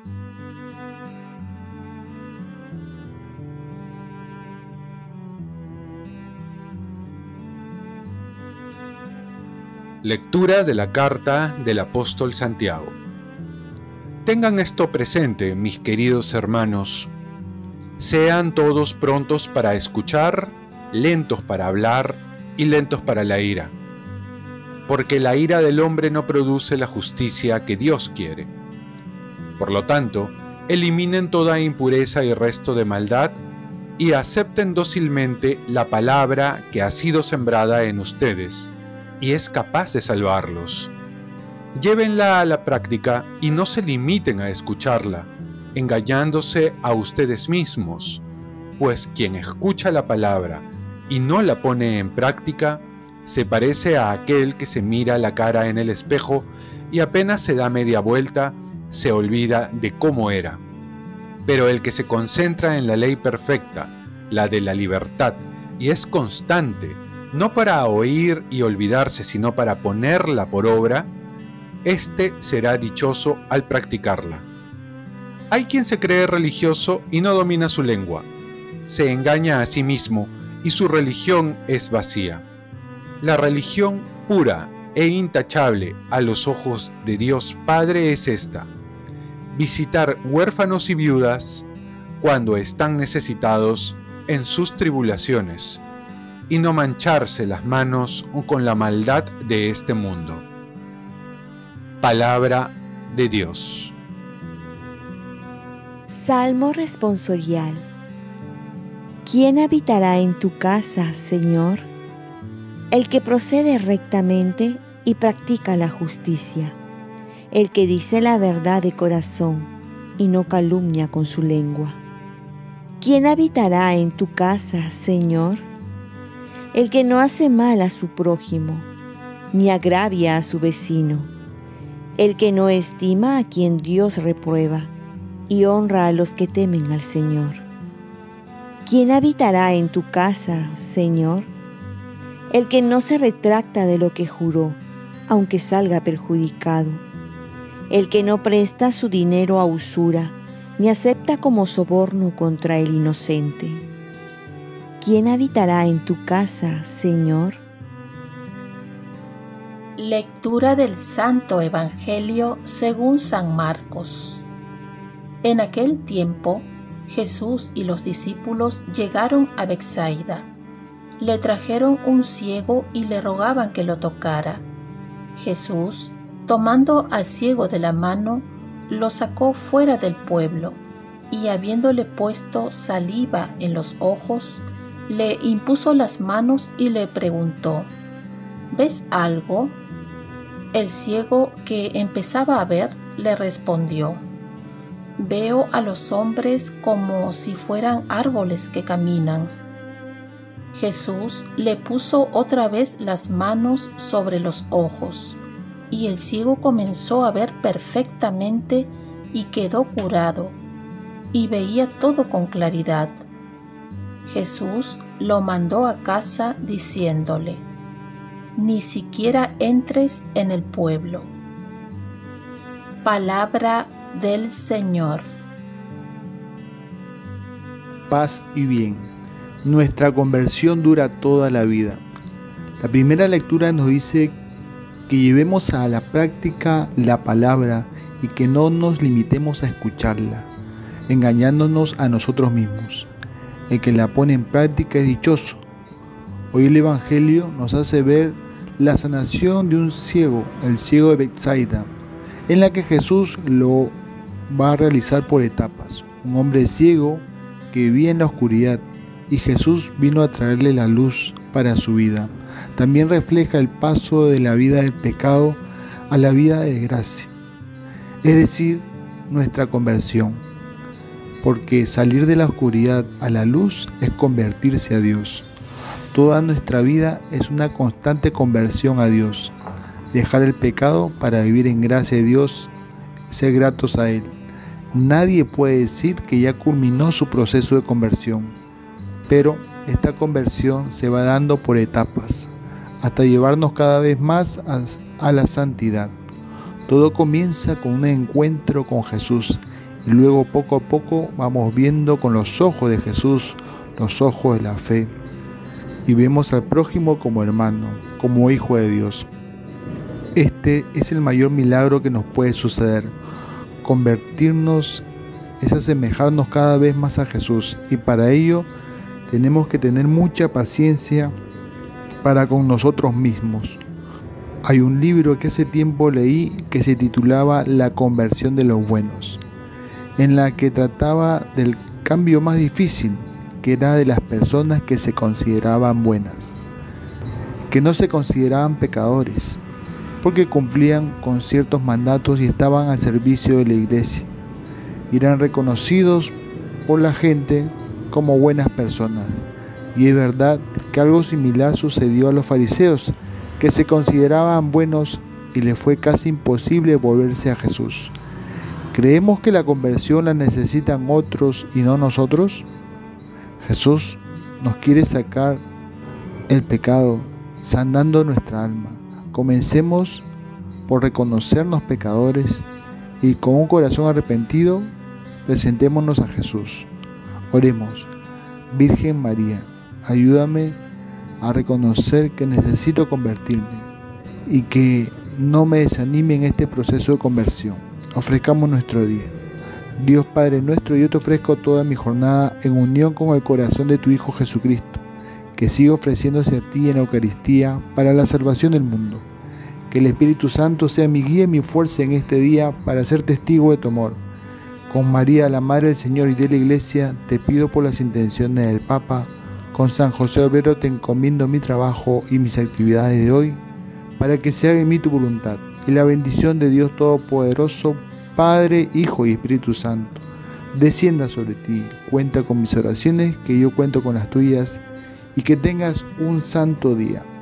Lectura de la carta del apóstol Santiago. Tengan esto presente, mis queridos hermanos. Sean todos prontos para escuchar, lentos para hablar y lentos para la ira. Porque la ira del hombre no produce la justicia que Dios quiere. Por lo tanto, eliminen toda impureza y resto de maldad y acepten dócilmente la palabra que ha sido sembrada en ustedes y es capaz de salvarlos. Llévenla a la práctica y no se limiten a escucharla, engañándose a ustedes mismos, pues quien escucha la palabra y no la pone en práctica, se parece a aquel que se mira la cara en el espejo y apenas se da media vuelta, se olvida de cómo era. Pero el que se concentra en la ley perfecta, la de la libertad, y es constante, no para oír y olvidarse, sino para ponerla por obra, éste será dichoso al practicarla. Hay quien se cree religioso y no domina su lengua. Se engaña a sí mismo y su religión es vacía. La religión pura e intachable a los ojos de Dios Padre es esta: visitar huérfanos y viudas cuando están necesitados en sus tribulaciones, y no mancharse las manos con la maldad de este mundo. Palabra de Dios. Salmo responsorial. ¿Quién habitará en tu casa, Señor? El que procede rectamente y practica la justicia, el que dice la verdad de corazón y no calumnia con su lengua. ¿Quién habitará en tu casa, Señor? El que no hace mal a su prójimo, ni agravia a su vecino, el que no estima a quien Dios reprueba, y honra a los que temen al Señor. ¿Quién habitará en tu casa, Señor? El que no se retracta de lo que juró, aunque salga perjudicado, el que no presta su dinero a usura, ni acepta como soborno contra el inocente. ¿Quién habitará en tu casa, Señor? Lectura del Santo Evangelio según San Marcos. En aquel tiempo, Jesús y los discípulos llegaron a Betsaida. Le trajeron un ciego y le rogaban que lo tocara. Jesús, tomando al ciego de la mano, lo sacó fuera del pueblo y, habiéndole puesto saliva en los ojos, le impuso las manos y le preguntó: ¿ves algo? El ciego, que empezaba a ver, le respondió: veo a los hombres como si fueran árboles que caminan. Jesús le puso otra vez las manos sobre los ojos, y el ciego comenzó a ver perfectamente y quedó curado, y veía todo con claridad. Jesús lo mandó a casa diciéndole: ni siquiera entres en el pueblo. Palabra del Señor. Paz y bien. Nuestra conversión dura toda la vida. La primera lectura nos dice que llevemos a la práctica la palabra y que no nos limitemos a escucharla, engañándonos a nosotros mismos. El que la pone en práctica es dichoso. Hoy el Evangelio nos hace ver la sanación de un ciego, el ciego de Betsaida, en la que Jesús lo va a realizar por etapas. Un hombre ciego que vivía en la oscuridad y Jesús vino a traerle la luz para su vida. También refleja el paso de la vida del pecado a la vida de gracia, es decir, nuestra conversión. Porque salir de la oscuridad a la luz es convertirse a Dios. Toda nuestra vida es una constante conversión a Dios. Dejar el pecado para vivir en gracia de Dios, ser gratos a Él. Nadie puede decir que ya culminó su proceso de conversión, pero esta conversión se va dando por etapas, hasta llevarnos cada vez más a la santidad. Todo comienza con un encuentro con Jesús y luego poco a poco vamos viendo con los ojos de Jesús, los ojos de la fe, y vemos al prójimo como hermano, como hijo de Dios. Este es el mayor milagro que nos puede suceder. Convertirnos es asemejarnos cada vez más a Jesús, y para ello tenemos que tener mucha paciencia para con nosotros mismos. Hay un libro que hace tiempo leí que se titulaba La conversión de los buenos, en la que trataba del cambio más difícil, que era de las personas que se consideraban buenas, que no se consideraban pecadores, porque cumplían con ciertos mandatos y estaban al servicio de la iglesia, y eran reconocidos por la gente como buenas personas. Y es verdad que algo similar sucedió a los fariseos, que se consideraban buenos y les fue casi imposible volverse a Jesús. ¿Creemos que la conversión la necesitan otros y no nosotros? Jesús nos quiere sacar el pecado, sanando nuestra alma. Comencemos por reconocernos pecadores y con un corazón arrepentido, presentémonos a Jesús. Oremos. Virgen María, ayúdame a reconocer que necesito convertirme y que no me desanime en este proceso de conversión. Ofrezcamos nuestro día. Dios Padre nuestro, yo te ofrezco toda mi jornada en unión con el corazón de tu Hijo Jesucristo, que sigue ofreciéndose a ti en la Eucaristía para la salvación del mundo. Que el Espíritu Santo sea mi guía y mi fuerza en este día para ser testigo de tu amor. Con María, la Madre del Señor y de la Iglesia, te pido por las intenciones del Papa. Con San José Obrero te encomiendo mi trabajo y mis actividades de hoy, para que se haga en mí tu voluntad. Y la bendición de Dios Todopoderoso, Padre, Hijo y Espíritu Santo, descienda sobre ti. Cuenta con mis oraciones, que yo cuento con las tuyas, y que tengas un santo día.